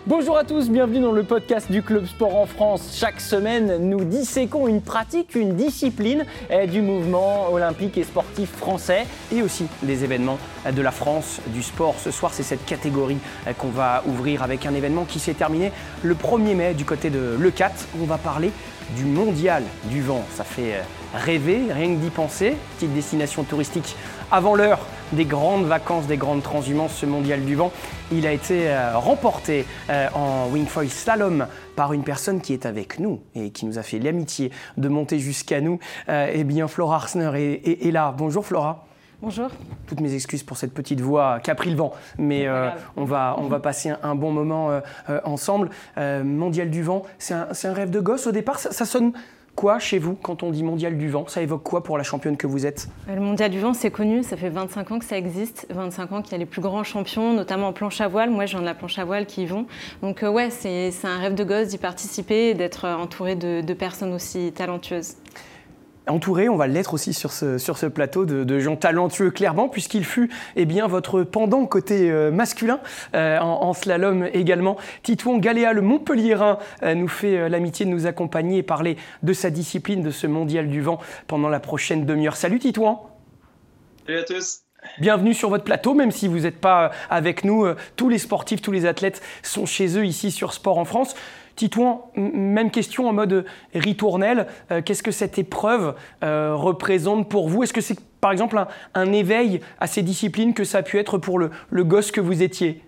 Bonjour à tous, bienvenue dans le podcast du Club Sport en France. Chaque semaine, nous disséquons une pratique, une discipline du mouvement olympique et sportif français et aussi des événements de la France, du sport. Ce soir, c'est cette catégorie qu'on va ouvrir avec un événement qui s'est terminé le 1er mai du côté de Leucate. On va parler du mondial du vent. Ça fait rêver, rien que d'y penser. Petite destination touristique avant l'heure des grandes vacances, des grandes transhumances, ce mondial du vent. Il a été remporté en wingfoil slalom par une personne qui est avec nous et qui nous a fait l'amitié de monter jusqu'à nous. Eh bien, Flora Arsner est là. Bonjour Flora. Bonjour. Toutes mes excuses pour cette petite voix qui a pris le vent, mais on va passer un bon moment ensemble. Mondial du vent, c'est un rêve de gosse au départ. Ça sonne quoi chez vous quand on dit mondial du vent? Ça évoque quoi pour la championne que vous êtes? Le mondial du vent, c'est connu, ça fait 25 ans que ça existe, 25 ans qu'il y a les plus grands champions, notamment en planche à voile. Moi, je viens de la planche à voile qui y vont. Donc ouais, c'est un rêve de gosse d'y participer et d'être entouré de personnes aussi talentueuses. Entouré, on va l'être aussi sur ce plateau de gens talentueux clairement, puisqu'il fut votre pendant côté masculin en slalom également. Titouan Galéa, le Montpelliérain, nous fait l'amitié de nous accompagner et parler de sa discipline, de ce mondial du vent pendant la prochaine demi-heure. Salut Titouan. Salut à tous. Bienvenue sur votre plateau, même si vous n'êtes pas avec nous. Tous les sportifs, tous les athlètes sont chez eux ici sur Sport en France. Titouan, même question en mode ritournelle. Qu'est-ce que cette épreuve représente pour vous? Est-ce que c'est par exemple un éveil à ces disciplines que ça a pu être pour le gosse que vous étiez?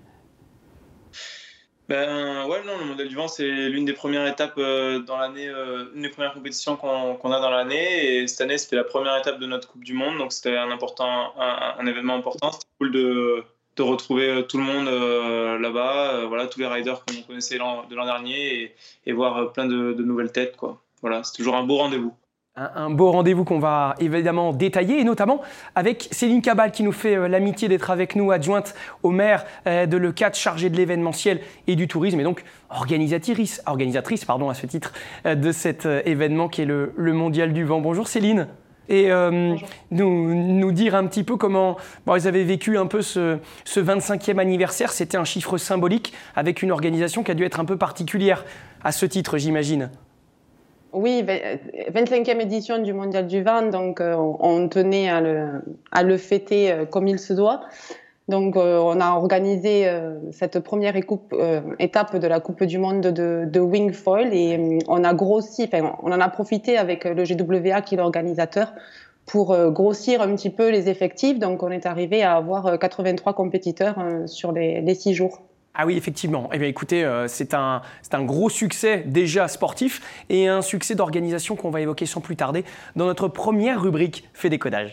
Le mondial du vent, c'est l'une des premières étapes dans l'année, une des premières compétitions qu'on a dans l'année. Et cette année, c'était la première étape de notre Coupe du Monde, donc c'était un événement important. C'était cool de retrouver tout le monde là-bas, tous les riders qu'on connaissait de l'an dernier et voir plein de nouvelles têtes, quoi. Voilà, c'est toujours un beau rendez-vous. Un beau rendez-vous qu'on va évidemment détailler, et notamment avec Céline Cabal qui nous fait l'amitié d'être avec nous, adjointe au maire de Leucate, chargée de l'événementiel et du tourisme, et donc organisatrice à ce titre de cet événement qui est le Mondial du Vent. Bonjour Céline. Et nous dire un petit peu comment ils avaient vécu un peu ce 25e anniversaire. C'était un chiffre symbolique avec une organisation qui a dû être un peu particulière à ce titre, j'imagine. Oui, 25e édition du Mondial du Vent, donc on tenait à le fêter comme il se doit. Donc on a organisé cette première étape de la Coupe du Monde de wingfoil et on en a profité avec le GWA qui est l'organisateur pour grossir un petit peu les effectifs. Donc on est arrivé à avoir 83 compétiteurs sur les 6 jours. Ah oui, effectivement. Eh bien, écoutez, c'est un gros succès déjà sportif et un succès d'organisation qu'on va évoquer sans plus tarder dans notre première rubrique Fait décodage.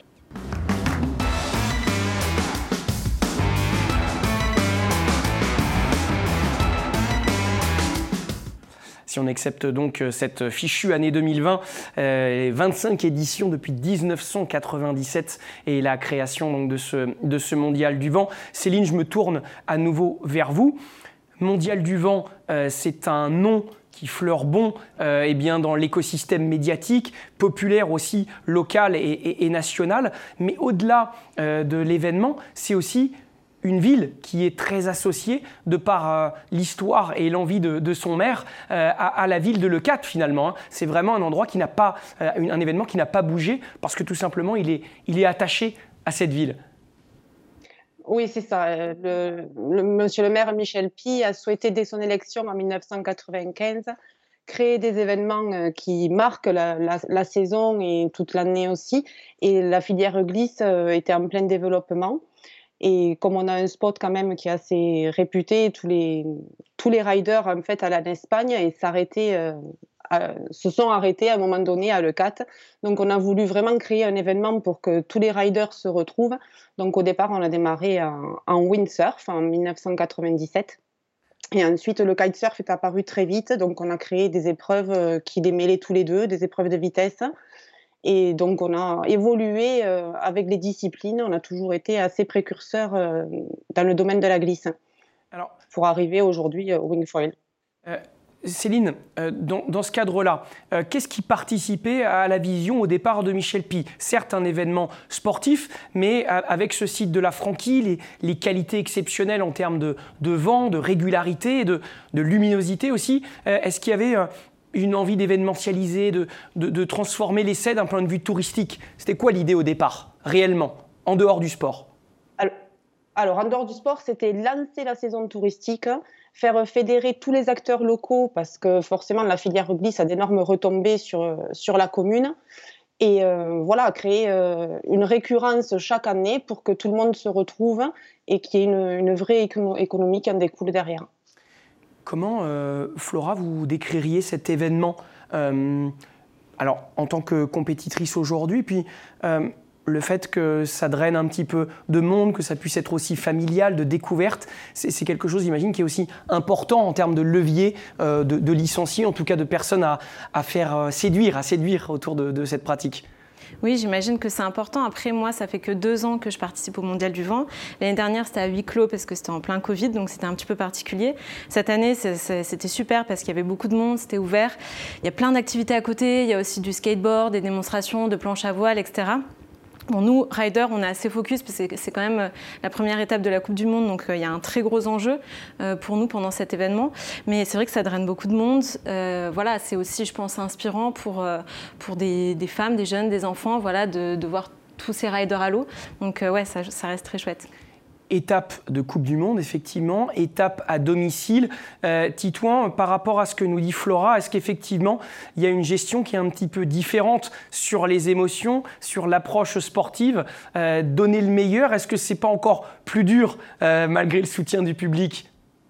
Si on accepte donc cette fichue année 2020, 25 éditions depuis 1997 et la création donc de ce mondial du vent. Céline, je me tourne à nouveau vers vous. Mondial du vent, c'est un nom qui fleure bon dans l'écosystème médiatique, populaire aussi, local et national. Mais au-delà de l'événement, c'est aussi une ville qui est très associée, de par l'histoire et l'envie de son maire, à la ville de Leucate finalement. C'est vraiment un endroit qui n'a pas, un événement qui n'a pas bougé parce que tout simplement il est attaché à cette ville. Oui, c'est ça. Monsieur le maire Michel Py a souhaité dès son élection en 1995 créer des événements qui marquent la saison et toute l'année aussi. Et la filière glisse était en plein développement. Et comme on a un spot quand même qui est assez réputé, tous les riders en fait allaient en Espagne et se sont arrêtés à un moment donné à Leucate. Donc on a voulu vraiment créer un événement pour que tous les riders se retrouvent. Donc au départ on a démarré en windsurf en 1997. Et ensuite le kitesurf est apparu très vite. Donc on a créé des épreuves qui les mêlaient tous les deux, des épreuves de vitesse. Et donc, on a évolué avec les disciplines. On a toujours été assez précurseurs dans le domaine de la glisse pour arriver aujourd'hui au wingfoil. Céline, dans ce cadre-là, qu'est-ce qui participait à la vision au départ de Michel Py ? Certes, un événement sportif, mais avec ce site de la Franquille, les qualités exceptionnelles en termes de vent, de régularité, de luminosité aussi. Est-ce qu'il y avait une envie d'événementialiser, de transformer l'essai d'un point de vue touristique ? C'était quoi l'idée au départ, réellement, en dehors du sport ? Alors, en dehors du sport, c'était lancer la saison touristique, faire fédérer tous les acteurs locaux, parce que forcément, la filière rugby, ça a d'énormes retombées sur la commune. Et créer une récurrence chaque année pour que tout le monde se retrouve et qu'il y ait une vraie économie qui en découle derrière. Comment, Flora, vous décririez cet événement alors, en tant que compétitrice aujourd'hui, puis le fait que ça draine un petit peu de monde, que ça puisse être aussi familial, de découverte, c'est quelque chose, j'imagine, qui est aussi important en termes de levier de licenciés, en tout cas de personnes à faire séduire autour de cette pratique. Oui, j'imagine que c'est important. Après, moi, ça fait que 2 ans que je participe au Mondial du Vent. L'année dernière, c'était à huis clos parce que c'était en plein Covid, donc c'était un petit peu particulier. Cette année, c'était super parce qu'il y avait beaucoup de monde, c'était ouvert. Il y a plein d'activités à côté. Il y a aussi du skateboard, des démonstrations de planches à voile, etc. Bon, nous, riders, on est assez focus parce que c'est quand même la première étape de la Coupe du Monde, donc il y a un très gros enjeu pour nous pendant cet événement. Mais c'est vrai que ça draine beaucoup de monde. Voilà, c'est aussi, je pense, inspirant pour des femmes, des jeunes, des enfants, voilà, de voir tous ces riders à l'eau. Donc ouais, ça reste très chouette. Étape de Coupe du Monde, effectivement, étape à domicile. Titouan, par rapport à ce que nous dit Flora, est-ce qu'effectivement, il y a une gestion qui est un petit peu différente sur les émotions, sur l'approche sportive, donner le meilleur? Est-ce que ce n'est pas encore plus dur, malgré le soutien du public?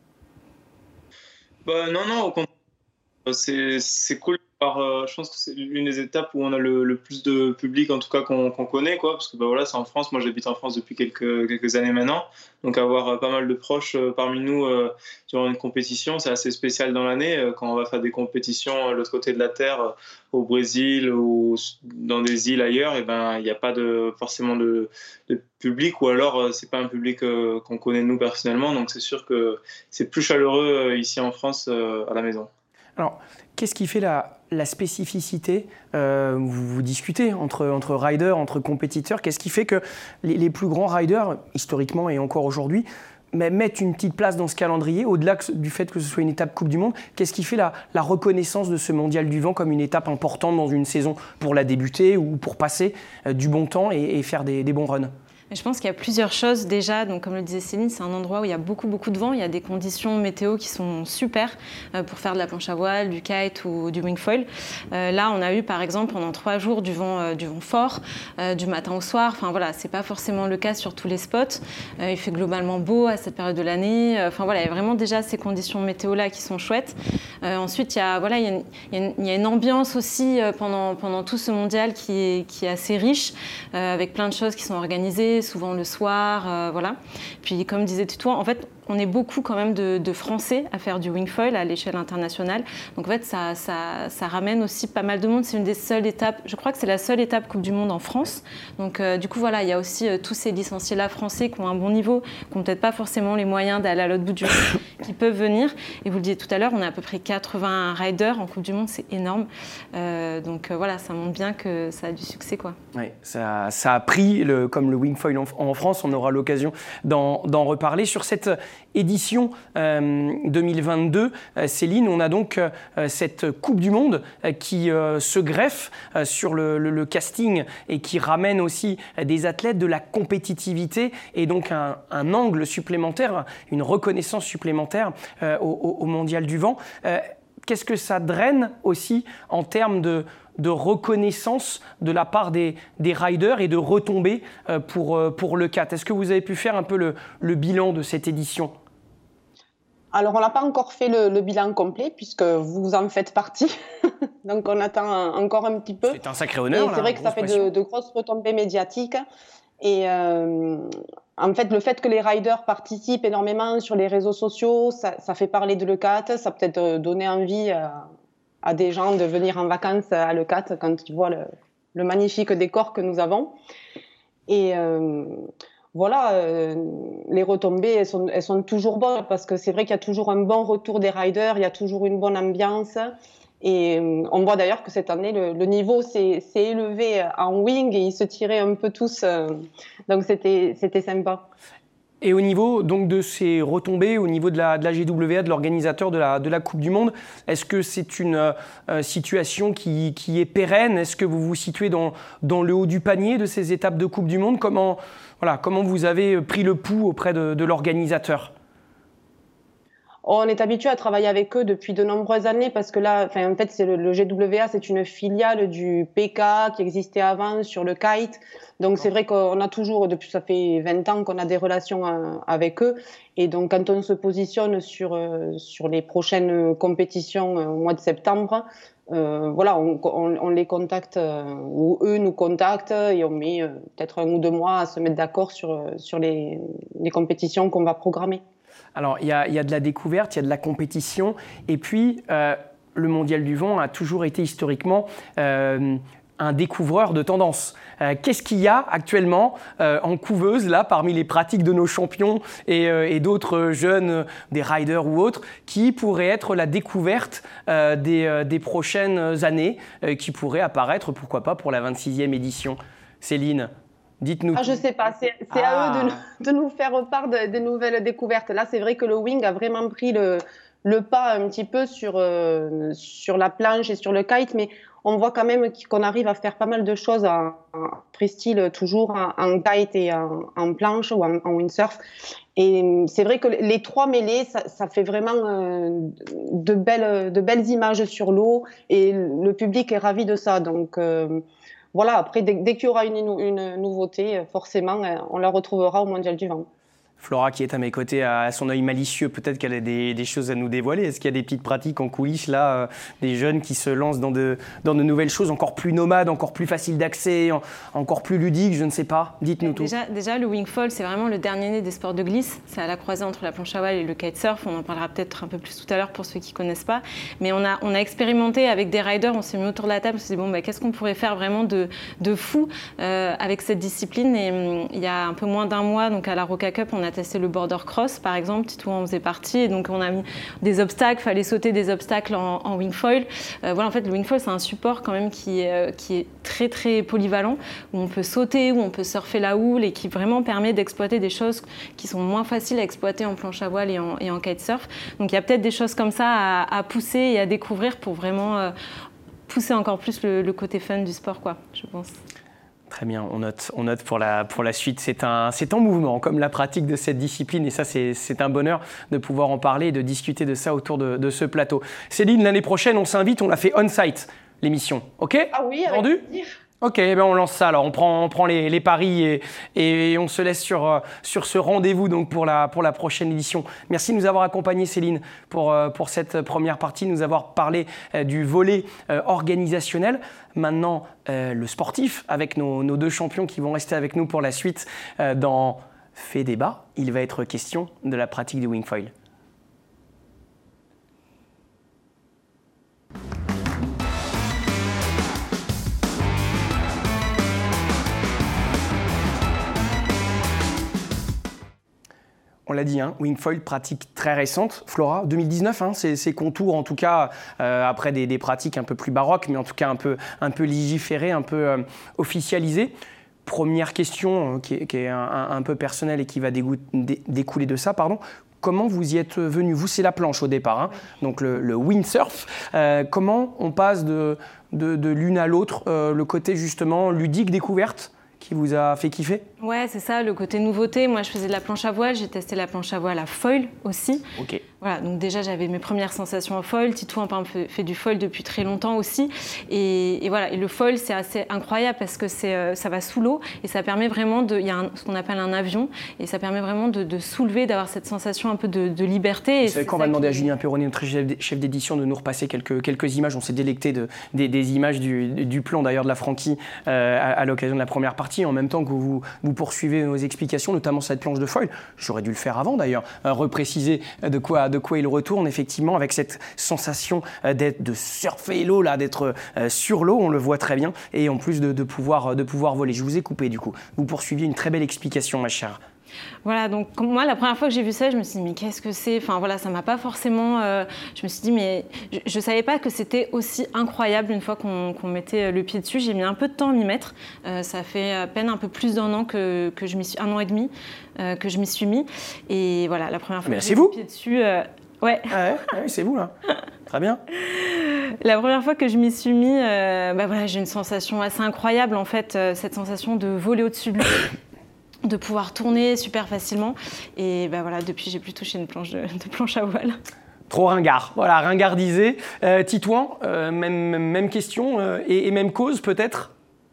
Non, au contraire. C'est cool. Je pense que c'est l'une des étapes où on a le plus de public, en tout cas qu'on connaît, quoi, parce que voilà, c'est en France. Moi, j'habite en France depuis quelques années maintenant, donc avoir pas mal de proches parmi nous durant une compétition, c'est assez spécial dans l'année. Quand on va faire des compétitions de l'autre côté de la terre, au Brésil ou dans des îles ailleurs, et il n'y a pas forcément de public, ou alors c'est pas un public qu'on connaît nous personnellement, donc c'est sûr que c'est plus chaleureux ici en France à la maison. Alors, qu'est-ce qui fait la spécificité, vous discutez entre riders, entre compétiteurs, qu'est-ce qui fait que les plus grands riders, historiquement et encore aujourd'hui, mettent une petite place dans ce calendrier, au-delà du fait que ce soit une étape Coupe du Monde? Qu'est-ce qui fait la reconnaissance de ce Mondial du Vent comme une étape importante dans une saison pour la débuter ou pour passer du bon temps et faire des bons runs? Je pense qu'il y a plusieurs choses déjà. Donc, comme le disait Céline, c'est un endroit où il y a beaucoup de vent. Il y a des conditions météo qui sont super pour faire de la planche à voile, du kite ou du wingfoil. Là, on a eu par exemple pendant 3 jours du vent fort, du matin au soir. Enfin voilà, c'est pas forcément le cas sur tous les spots. Il fait globalement beau à cette période de l'année. Enfin voilà, il y a vraiment déjà ces conditions météo là qui sont chouettes. Ensuite, il y a une ambiance aussi pendant tout ce mondial qui est assez riche, avec plein de choses qui sont organisées, souvent le soir, voilà. Puis comme disait Titouan, en fait, on est beaucoup quand même de Français à faire du wingfoil à l'échelle internationale. Donc en fait, ça ramène aussi pas mal de monde. C'est une des seules étapes, je crois que c'est la seule étape Coupe du Monde en France. Donc du coup, voilà, il y a aussi tous ces licenciés-là français qui ont un bon niveau, qui n'ont peut-être pas forcément les moyens d'aller à l'autre bout du monde, qui peuvent venir. Et vous le disiez tout à l'heure, on a à peu près 80 riders en Coupe du Monde, c'est énorme. Donc voilà, ça montre bien que ça a du succès, quoi. Oui, ça a pris, comme le wingfoil en France, on aura l'occasion d'en reparler. Sur cette édition 2022, Céline, on a donc cette Coupe du Monde qui se greffe sur le casting et qui ramène aussi des athlètes, de la compétitivité et donc un angle supplémentaire, une reconnaissance supplémentaire au Mondial du Vent. Qu'est-ce que ça draine aussi en termes de reconnaissance de la part des riders et de retombées pour le CAT? Est-ce que vous avez pu faire un peu le bilan de cette édition? Alors, on n'a pas encore fait le bilan complet puisque vous en faites partie. Donc, on attend encore un petit peu. C'est un sacré honneur. C'est vrai que ça fait de grosses retombées médiatiques. Et en fait, le fait que les riders participent énormément sur les réseaux sociaux, ça fait parler de l'ECAT. Ça peut-être donner envie à des gens de venir en vacances à l'ECAT quand ils voient le magnifique décor que nous avons. Et voilà, les retombées, elles sont toujours bonnes parce que c'est vrai qu'il y a toujours un bon retour des riders, il y a toujours une bonne ambiance. Et on voit d'ailleurs que cette année, le niveau s'est élevé en wing et ils se tiraient un peu tous. Donc c'était sympa. Et au niveau donc, de ces retombées, au niveau de la GWA, de l'organisateur de la Coupe du Monde, est-ce que c'est une situation qui est pérenne? Est-ce que vous vous situez dans le haut du panier de ces étapes de Coupe du Monde? Comment vous avez pris le pouls auprès de l'organisateur? On est habitué à travailler avec eux depuis de nombreuses années parce que là, en fait, le GWA, c'est une filiale du PK qui existait avant sur le kite. Donc, c'est vrai qu'on a toujours, depuis ça fait 20 ans qu'on a des relations avec eux. Et donc, quand on se positionne sur les prochaines compétitions au mois de septembre, voilà, on les contacte ou eux nous contactent et on met peut-être 1 ou 2 mois à se mettre d'accord sur les compétitions qu'on va programmer. Alors, il y a de la découverte, il y a de la compétition, et puis le Mondial du vent a toujours été historiquement un découvreur de tendance. Qu'est-ce qu'il y a actuellement en couveuse, là, parmi les pratiques de nos champions et d'autres jeunes, des riders ou autres, qui pourrait être la découverte des prochaines années, qui pourrait apparaître, pourquoi pas, pour la 26e édition? Céline, dites-nous. Je ne sais pas, c'est à eux de nous faire part de nouvelles découvertes. Là, c'est vrai que le wing a vraiment pris le pas un petit peu sur la planche et sur le kite, mais on voit quand même qu'on arrive à faire pas mal de choses en freestyle, toujours en kite et en planche ou en windsurf. Et c'est vrai que les 3 mêlés, ça fait vraiment de belles images sur l'eau et le public est ravi de ça. Donc, voilà, après, dès qu'il y aura une nouveauté, forcément, on la retrouvera au Mondial du vent. Flora, qui est à mes côtés, a son œil malicieux. Peut-être qu'elle a des choses à nous dévoiler. Est-ce qu'il y a des petites pratiques en coulisses, là, des jeunes qui se lancent dans de nouvelles choses, encore plus nomades, encore plus faciles d'accès, encore plus ludiques, je ne sais pas. Dites-nous tout. Déjà, le wingfoil, c'est vraiment le dernier né des sports de glisse. C'est à la croisée entre la planche à voile et le kitesurf. On en parlera peut-être un peu plus tout à l'heure pour ceux qui ne connaissent pas. Mais on a expérimenté avec des riders. On s'est mis autour de la table. On s'est dit, qu'est-ce qu'on pourrait faire vraiment de fou avec cette discipline? Et il y a un peu moins d'1 mois, donc à la Roca Cup, on a testé le border cross, par exemple. Titou en faisait partie. Et donc, on a mis des obstacles. Il fallait sauter des obstacles en wingfoil. Voilà, en fait, le wingfoil, c'est un support quand même qui est très, très polyvalent, où on peut sauter, où on peut surfer la houle et qui vraiment permet d'exploiter des choses qui sont moins faciles à exploiter en planche à voile et en kitesurf. Donc, il y a peut-être des choses comme ça à pousser et à découvrir pour vraiment pousser encore plus le côté fun du sport, quoi, je pense. Très bien, on note pour la suite. C'est en mouvement, comme la pratique de cette discipline. Et ça, c'est un bonheur de pouvoir en parler et de discuter de ça autour de ce plateau. Céline, l'année prochaine, on s'invite, on l'a fait on-site, l'émission. OK? Ah oui, avec plaisir. Ok, on lance ça. Alors, on prend les paris et on se laisse sur ce rendez-vous donc pour la prochaine édition. Merci de nous avoir accompagnés, Céline, pour cette première partie, nous avoir parlé du volet organisationnel. Maintenant, le sportif, avec nos 2 champions qui vont rester avec nous pour la suite dans Fait débat. Il va être question de la pratique du wingfoil. On l'a dit, wingfoil, pratique très récente. Flora, 2019, ses contours en tout cas, après des pratiques un peu plus baroques, mais en tout cas un peu légiférées, un peu officialisées. Première question qui est un peu personnelle et qui va découler de ça, pardon. Comment vous y êtes venu? Vous, c'est la planche au départ, donc le windsurf. Comment on passe de l'une à l'autre, le côté justement ludique, découverte, qui vous a fait kiffer? Ouais, c'est ça, le côté nouveauté. Moi, je faisais de la planche à voile, j'ai testé la planche à voile à foil aussi. Ok. Voilà, donc déjà, j'avais mes premières sensations en foil. Titou a fait du foil depuis très longtemps aussi. Et voilà, et le foil, c'est assez incroyable parce que ça va sous l'eau et ça permet vraiment il y a ce qu'on appelle un avion et ça permet vraiment de soulever, d'avoir cette sensation un peu de liberté. Vous savez quoi, on va demander à Julien Perronnet, notre chef d'édition, de nous repasser quelques images. On s'est délecté des images du plan d'ailleurs de la Frankie à l'occasion de la première partie. En même temps que vous poursuivez nos explications, notamment cette planche de foil. J'aurais dû le faire avant d'ailleurs, repréciser de quoi de quoi il retourne, effectivement, avec cette sensation de surfer l'eau, là, d'être sur l'eau, on le voit très bien, et en plus de pouvoir voler. Je vous ai coupé, du coup. Vous poursuiviez une très belle explication, ma chère. Voilà, donc moi, la première fois que j'ai vu ça, je me suis dit, mais qu'est-ce que c'est ? Enfin voilà, ça m'a pas forcément... je me suis dit, mais je savais pas que c'était aussi incroyable une fois qu'on mettait le pied dessus. J'ai mis un peu de temps à m'y mettre. Ça fait à peine un peu plus d'1 an que je m'y suis... 1 an et demi que je m'y suis mis. Et voilà, la première fois que j'ai mis le pied dessus... Ouais. Ah ouais, c'est vous, là. Très bien. La première fois que je m'y suis mis, voilà, j'ai une sensation assez incroyable, en fait, cette sensation de voler au-dessus de l'eau. De pouvoir tourner super facilement. Et voilà, depuis, j'ai plus touché une planche de planche à voile. Trop ringard, voilà, ringardisé. Titouan, même question et même cause peut-être.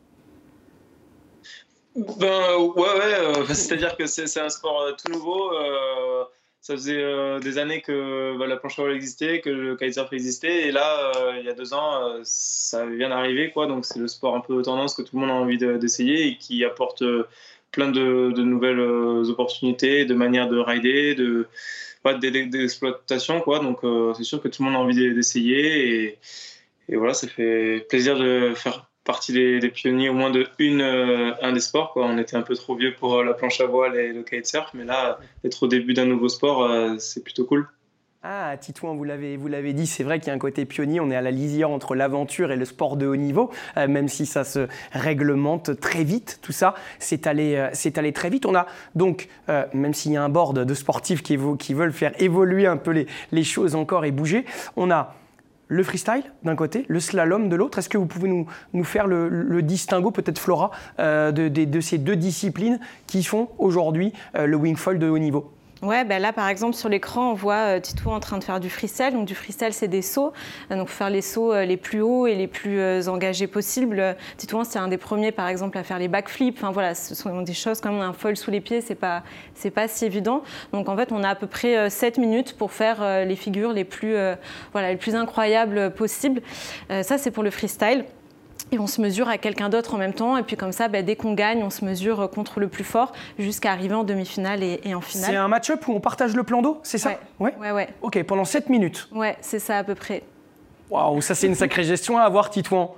Ouais, c'est-à-dire que c'est un sport tout nouveau. Ça faisait des années que la planche à voile existait, que le kitesurf existait, et là, il y a 2 ans, ça vient d'arriver, quoi. Donc c'est le sport un peu tendance que tout le monde a envie d'essayer et qui apporte plein de nouvelles opportunités, de manières de rider, d'exploitation, quoi. Donc c'est sûr que tout le monde a envie d'essayer, et voilà, ça fait plaisir de faire partie des pionniers au moins un des sports, quoi. On était un peu trop vieux pour la planche à voile et le kitesurf, mais là, d'être au début d'un nouveau sport, c'est plutôt cool. Ah, Titouan, vous l'avez dit, c'est vrai qu'il y a un côté pionnier, on est à la lisière entre l'aventure et le sport de haut niveau, même si ça se réglemente très vite, tout ça, c'est allé très vite. On a donc, même s'il y a un board de sportifs qui veulent faire évoluer un peu les choses encore et bouger, on a le freestyle d'un côté, le slalom de l'autre. Est-ce que vous pouvez nous faire le distinguo, peut-être Flora, de ces 2 disciplines qui font aujourd'hui le wingfoil de haut niveau ? Ouais, là par exemple sur l'écran on voit Titouan en train de faire du freestyle. Donc du freestyle c'est des sauts, donc faire les sauts les plus hauts et les plus engagés possibles. Titouan c'est un des premiers par exemple à faire les backflips. Enfin voilà, ce sont des choses comme un foil sous les pieds, c'est pas si évident. Donc en fait on a à peu près 7 minutes pour faire les figures les plus incroyables possibles. Ça c'est pour le freestyle. Et on se mesure à quelqu'un d'autre en même temps. Et puis comme ça, dès qu'on gagne, on se mesure contre le plus fort jusqu'à arriver en demi-finale et en finale. C'est un match-up où on partage le plan d'eau, c'est ça ? Ouais. Ok, pendant 7 minutes. Ouais, c'est ça à peu près. Waouh, ça c'est une sacrée gestion à avoir, Titouan.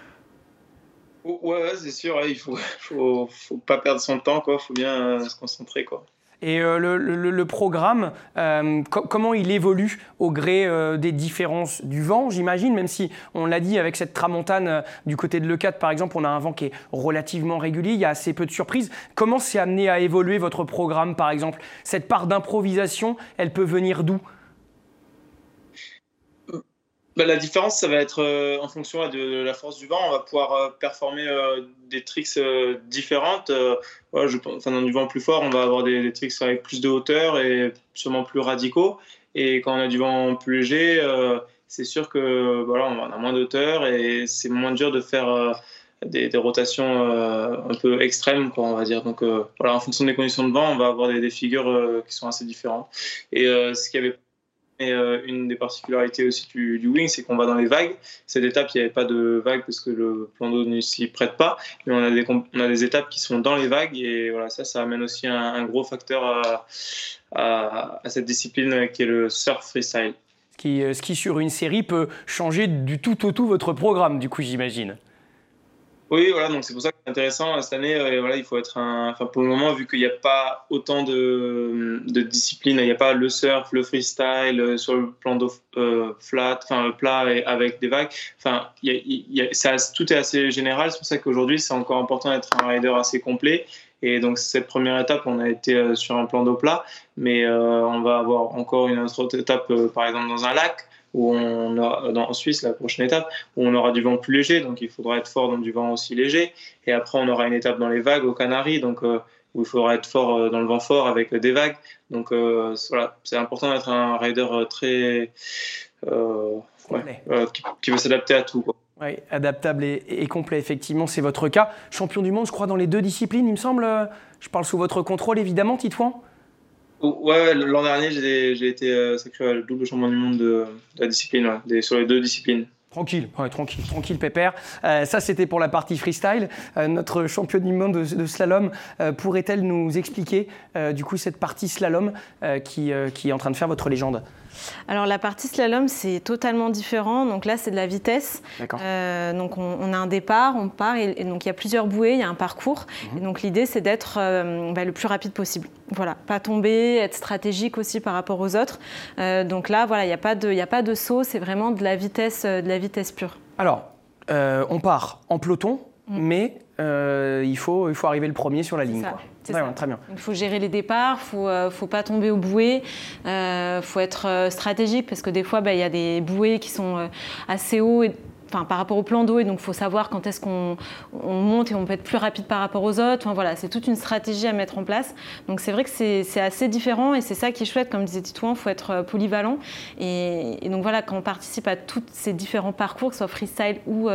Ouais, c'est sûr. Il faut pas perdre son temps, quoi. Faut bien se concentrer, quoi. Et le programme, comment il évolue au gré des différences du vent, j'imagine, même si on l'a dit avec cette tramontane du côté de Leucate, par exemple, on a un vent qui est relativement régulier, il y a assez peu de surprises. Comment c'est amené à évoluer votre programme, par exemple ? Cette part d'improvisation, elle peut venir d'où ? La différence, ça va être en fonction de la force du vent. On va pouvoir performer des tricks différentes. Dans du vent plus fort, on va avoir des tricks avec plus de hauteur et sûrement plus radicaux. Et quand on a du vent plus léger, c'est sûr que on a moins d'hauteur et c'est moins dur de faire des rotations un peu extrêmes, quoi, on va dire. Donc en fonction des conditions de vent, on va avoir des figures qui sont assez différentes. Et ce qui avait Et une des particularités aussi du wing, c'est qu'on va dans les vagues. Cette étape, il n'y avait pas de vagues parce que le plan d'eau ne s'y prête pas. Mais on a des étapes qui sont dans les vagues. Et voilà, ça amène aussi un gros facteur à cette discipline qui est le surf freestyle. Ce qui, sur une série, peut changer du tout au tout votre programme, du coup, j'imagine. Oui, voilà, donc c'est pour ça que c'est intéressant cette année. Il faut être pour le moment, vu qu'il n'y a pas autant de disciplines, il n'y a pas le surf, le freestyle sur le plan d'eau plat et avec des vagues. Tout est assez général. C'est pour ça qu'aujourd'hui, c'est encore important d'être un rider assez complet. Et donc cette première étape, on a été sur un plan d'eau plat, mais on va avoir encore une autre étape, par exemple dans un lac, où on aura, en Suisse, la prochaine étape, où on aura du vent plus léger, donc il faudra être fort dans du vent aussi léger. Et après, on aura une étape dans les vagues aux Canaries, donc où il faudra être fort dans le vent fort avec des vagues. Donc voilà, c'est important d'être un rider très qui veut s'adapter à tout, quoi. Oui, adaptable et complet, effectivement, c'est votre cas. Champion du monde, je crois, dans les 2 disciplines, il me semble. Je parle sous votre contrôle, évidemment, Titouan. Ouais, l'an dernier, j'ai été sacré double champion du monde de la discipline, sur les 2 disciplines. Tranquille, pépère. Ça, c'était pour la partie freestyle. Notre championne du monde de slalom, pourrait-elle nous expliquer, du coup, cette partie slalom qui est en train de faire votre légende ? Alors la partie slalom, c'est totalement différent. Donc là, c'est de la vitesse. D'accord. Donc on a un départ, on part et donc il y a plusieurs bouées, il y a un parcours. Et donc l'idée, c'est d'être le plus rapide possible. Voilà, pas tomber, être stratégique aussi par rapport aux autres. Donc là, voilà, il n'y a pas de saut, c'est vraiment de la vitesse pure. Alors, on part en peloton, mais il faut arriver le premier sur la ligne. Ça. Quoi. C'est ça. Très bien. Il faut gérer les départs, faut pas tomber aux bouées, faut être stratégique parce que des fois, il y a des bouées qui sont assez hauts par rapport au plan d'eau, et donc il faut savoir quand est-ce qu'on monte et on peut être plus rapide par rapport aux autres. Enfin, voilà, c'est toute une stratégie à mettre en place. Donc c'est vrai que c'est assez différent et c'est ça qui est chouette, comme disait Titouan, il faut être polyvalent. Et donc voilà, quand on participe à tous ces différents parcours, que ce soit freestyle ou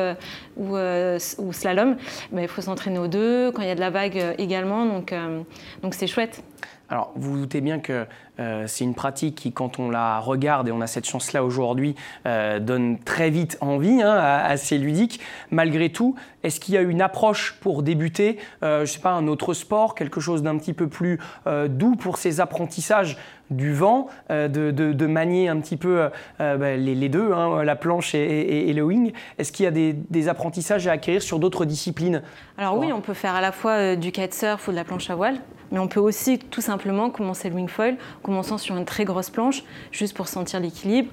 slalom, il faut s'entraîner aux deux, quand il y a de la vague également, donc c'est chouette. Alors, vous vous doutez bien que c'est une pratique qui, quand on la regarde, et on a cette chance-là aujourd'hui, donne très vite envie, assez ludique. Malgré tout, est-ce qu'il y a une approche pour débuter, je ne sais pas, un autre sport, quelque chose d'un petit peu plus doux pour ces apprentissages du vent, de manier un petit peu les deux, la planche et le wing? Est-ce qu'il y a des apprentissages à acquérir sur d'autres disciplines? Alors oui, on peut faire à la fois du kitesurf ou de la planche à voile, mais on peut aussi tout simplement commencer le wing foil, commençant sur une très grosse planche, juste pour sentir l'équilibre,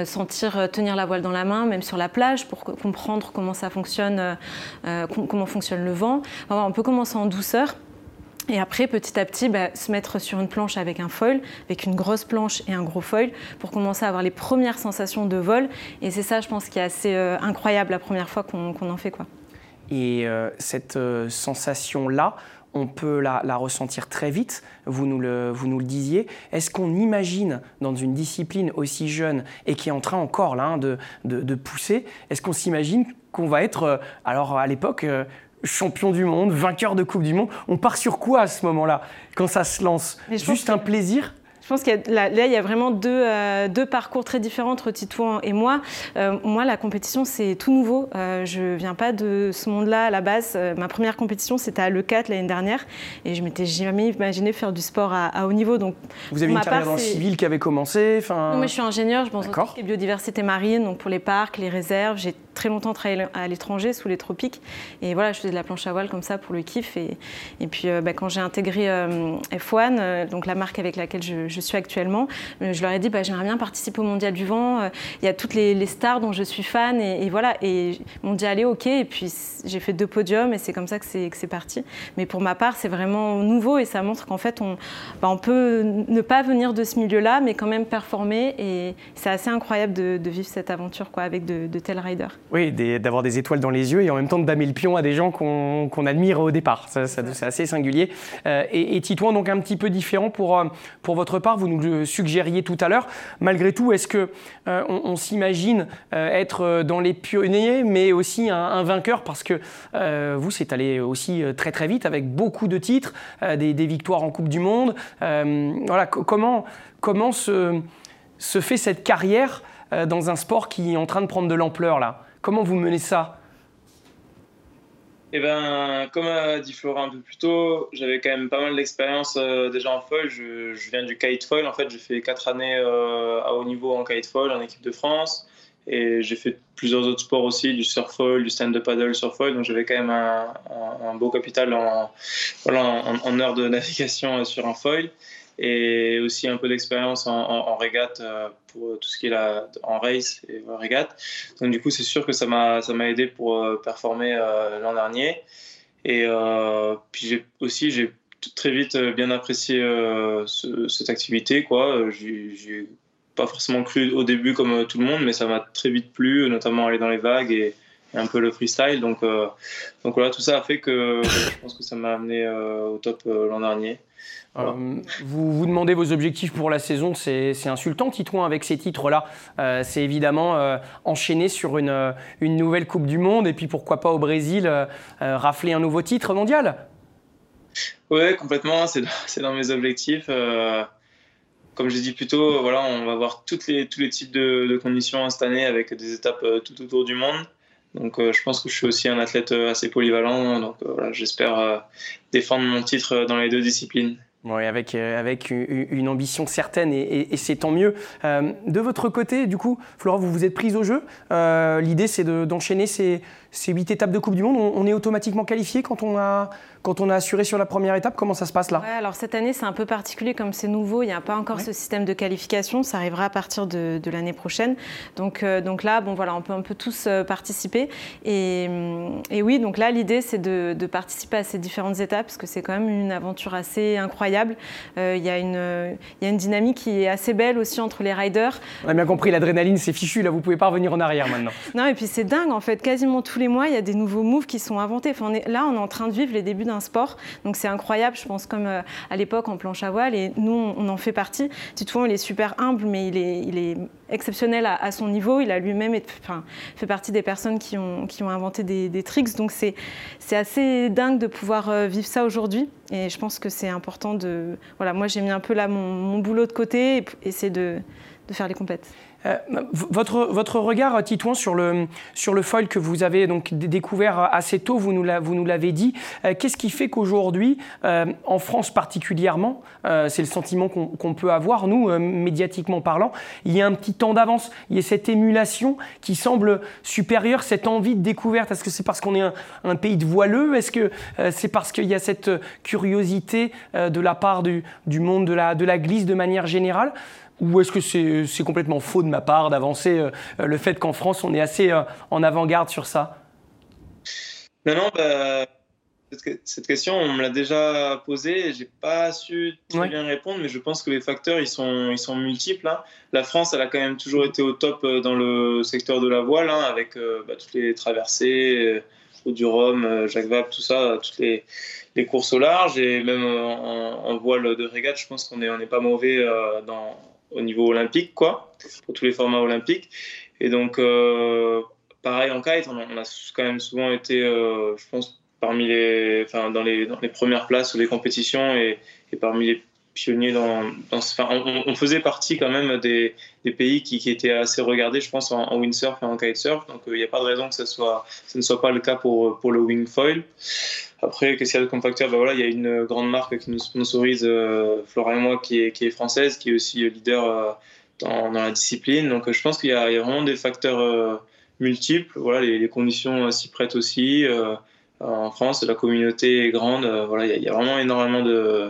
tenir la voile dans la main, même sur la plage, pour comprendre comment ça fonctionne, comment fonctionne le vent. Enfin, on peut commencer en douceur. Et après, petit à petit, se mettre sur une planche avec un foil, avec une grosse planche et un gros foil, pour commencer à avoir les premières sensations de vol. Et c'est ça, je pense, qui est assez incroyable la première fois qu'on en fait, quoi. Et cette sensation-là, on peut la ressentir très vite, vous nous le disiez. Est-ce qu'on imagine, dans une discipline aussi jeune et qui est en train encore là, de pousser, est-ce qu'on s'imagine qu'on va être, alors à l'époque, champion du monde, vainqueur de Coupe du Monde? On part sur quoi à ce moment-là, quand ça se lance? Juste un plaisir? Je pense qu'il y a vraiment deux parcours très différents entre Titouan et moi. Moi, la compétition, c'est tout nouveau. Je ne viens pas de ce monde-là à la base. Ma première compétition, c'était à l'E4 l'année dernière. Et je ne m'étais jamais imaginé faire du sport à haut niveau. Donc, vous avez une carrière dans le civil qui avait commencé? Non, mais je suis ingénieure. Je pense en tout ce qui est biodiversité marine, donc pour les parcs, les réserves. J'ai très longtemps travaillé à l'étranger, sous les tropiques. Et voilà, je faisais de la planche à voile comme ça pour le kiff. Et puis, quand j'ai intégré F1, donc la marque avec laquelle je suis actuellement, je leur ai dit j'aimerais bien participer au Mondial du Vent, il y a toutes les stars dont je suis fan et voilà, et ils m'ont dit allez, ok, et puis j'ai fait 2 podiums et c'est comme ça que c'est parti. Mais pour ma part, c'est vraiment nouveau et ça montre qu'en fait on peut ne pas venir de ce milieu-là mais quand même performer, et c'est assez incroyable de vivre cette aventure avec de tels riders. Oui, d'avoir des étoiles dans les yeux et en même temps de damer le pion à des gens qu'on admire au départ, c'est assez singulier. Et Titouan, donc un petit peu différent pour votre part, vous nous le suggériez tout à l'heure. Malgré tout, est-ce qu'on s'imagine être dans les pionniers, mais aussi un vainqueur? Parce que vous, c'est allé aussi très très vite avec beaucoup de titres, des victoires en Coupe du Monde. Voilà, comment se fait cette carrière dans un sport qui est en train de prendre de l'ampleur là? Comment vous menez ça? Comme a dit Flora un peu plus tôt, j'avais quand même pas mal d'expérience déjà en foil. Je viens du kite foil. En fait, j'ai fait 4 années à haut niveau en kite foil en équipe de France. Et j'ai fait plusieurs autres sports aussi, du surf foil, du stand-up paddle surf foil. Donc j'avais quand même un beau capital en heures de navigation sur un foil. Et aussi un peu d'expérience en régate pour tout ce qui est en race et régate. Donc du coup, c'est sûr que ça m'a aidé pour performer l'an dernier. Et puis j'ai très vite bien apprécié cette activité, quoi. J'ai pas forcément cru au début comme tout le monde, mais ça m'a très vite plu, notamment aller dans les vagues et un peu le freestyle. Donc voilà, tout ça a fait que je pense que ça m'a amené au top l'an dernier. Voilà. Vous demandez vos objectifs pour la saison, c'est insultant, Titouan, avec ces titres-là. C'est évidemment enchaîner sur une nouvelle Coupe du Monde et puis pourquoi pas au Brésil rafler un nouveau titre mondial. Oui, complètement, c'est dans mes objectifs. Comme j'ai dit plus tôt, voilà, on va voir tous les types de conditions cette année avec des étapes tout autour du monde. Donc je pense que je suis aussi un athlète assez polyvalent. Donc voilà, j'espère défendre mon titre dans les 2 disciplines. Oui, avec une ambition certaine et c'est tant mieux. De votre côté, du coup, Flora, vous vous êtes prise au jeu. L'idée, c'est d'enchaîner ces 8 étapes de Coupe du Monde. On est automatiquement qualifié quand on a assuré sur la première étape. Comment ça se passe là ? Ouais, alors cette année, c'est un peu particulier comme c'est nouveau. Il n'y a pas encore ce système de qualification. Ça arrivera à partir de l'année prochaine. Donc là, on peut un peu tous participer. Et oui, donc là, l'idée, c'est de participer à ces différentes étapes parce que c'est quand même une aventure assez incroyable. Il y a une dynamique qui est assez belle aussi entre les riders. On a bien compris, l'adrénaline, c'est fichu. Là, vous ne pouvez pas revenir en arrière maintenant. Non, et puis c'est dingue, en fait. Quasiment tous les mois, il y a des nouveaux moves qui sont inventés. Enfin, on est en train de vivre les débuts d'un sport. Donc c'est incroyable, je pense, comme à l'époque en planche à voile. Et nous, on en fait partie. Titouan, il est super humble, mais il est exceptionnel à son niveau. Il a lui-même fait partie des personnes qui ont inventé des tricks. Donc c'est assez dingue de pouvoir vivre ça aujourd'hui. Et je pense que c'est important de... Voilà, moi, j'ai mis un peu là mon boulot de côté et essayer de faire les compètes. Votre regard, Titouan, sur le foil que vous avez donc découvert assez tôt, vous nous l'avez dit. Qu'est-ce qui fait qu'aujourd'hui, en France particulièrement, c'est le sentiment qu'on peut avoir, nous, médiatiquement parlant, il y a un petit temps d'avance, il y a cette émulation qui semble supérieure, cette envie de découverte. Est-ce que c'est parce qu'on est un pays de voileux ? Est-ce que c'est parce qu'il y a cette curiosité de la part du monde de la glisse de manière générale ? Ou est-ce que c'est complètement faux de ma part d'avancer le fait qu'en France, on est assez en avant-garde sur ça ? Non, cette question, on me l'a déjà posée et je n'ai pas su très bien répondre, mais je pense que les facteurs, ils sont multiples. Hein. La France, elle a quand même toujours été au top dans le secteur de la voile, hein, avec toutes les traversées, Route du Rhum, Jacques Vabre, tout ça, toutes les courses au large. Et même en voile de régate, je pense qu'on n'est pas mauvais au niveau olympique, quoi, pour tous les formats olympiques. Et donc, pareil en kite, on a quand même souvent été, je pense, dans les premières places sur les compétitions et parmi les pionniers on faisait partie quand même des pays qui étaient assez regardés, je pense, en windsurf et en kitesurf. Donc, il n'y a pas de raison que ce ne soit pas le cas pour le wingfoil. Après, qu'est-ce qu'il y a comme facteur ? Il y a une grande marque qui nous sponsorise, Flora et moi, qui est française, qui est aussi leader dans la discipline. Donc, je pense qu'il y a vraiment des facteurs multiples. Voilà, les conditions s'y prêtent aussi. En France, la communauté est grande. Il y a vraiment énormément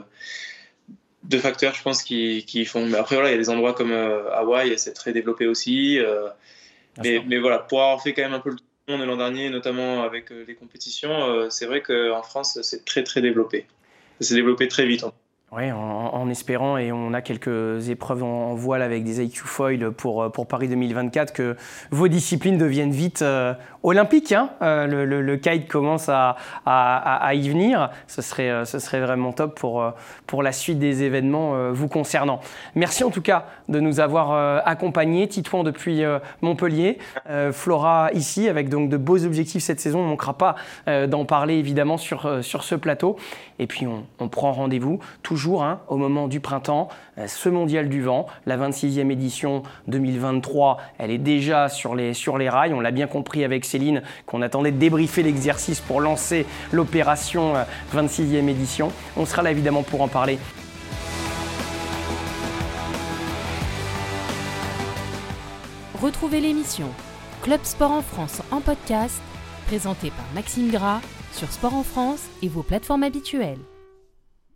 de facteurs, je pense, qui font. Mais après, il y a des endroits comme Hawaï, c'est très développé aussi. Mais voilà, pour avoir fait quand même un peu le de l'an dernier, notamment avec les compétitions, c'est vrai qu'en France, c'est très très développé. Ça s'est développé très vite. Oui, en espérant, et on a quelques épreuves en voile avec des IQ Foil pour Paris 2024, que vos disciplines deviennent vite olympiques. Hein. Le kite commence à y venir. Ce serait vraiment top pour la suite des événements vous concernant. Merci en tout cas de nous avoir accompagnés. Titouan depuis Montpellier, Flora ici, avec donc de beaux objectifs cette saison. On ne manquera pas d'en parler évidemment sur ce plateau. Et puis on prend rendez-vous toujours au moment du printemps, ce mondial du vent, la 26e édition 2023, elle est déjà sur les rails. On l'a bien compris avec Céline qu'on attendait de débriefer l'exercice pour lancer l'opération 26e édition. On sera là évidemment pour en parler. Retrouvez l'émission Club Sport en France en podcast, présentée par Maxime Gras sur Sport en France et vos plateformes habituelles.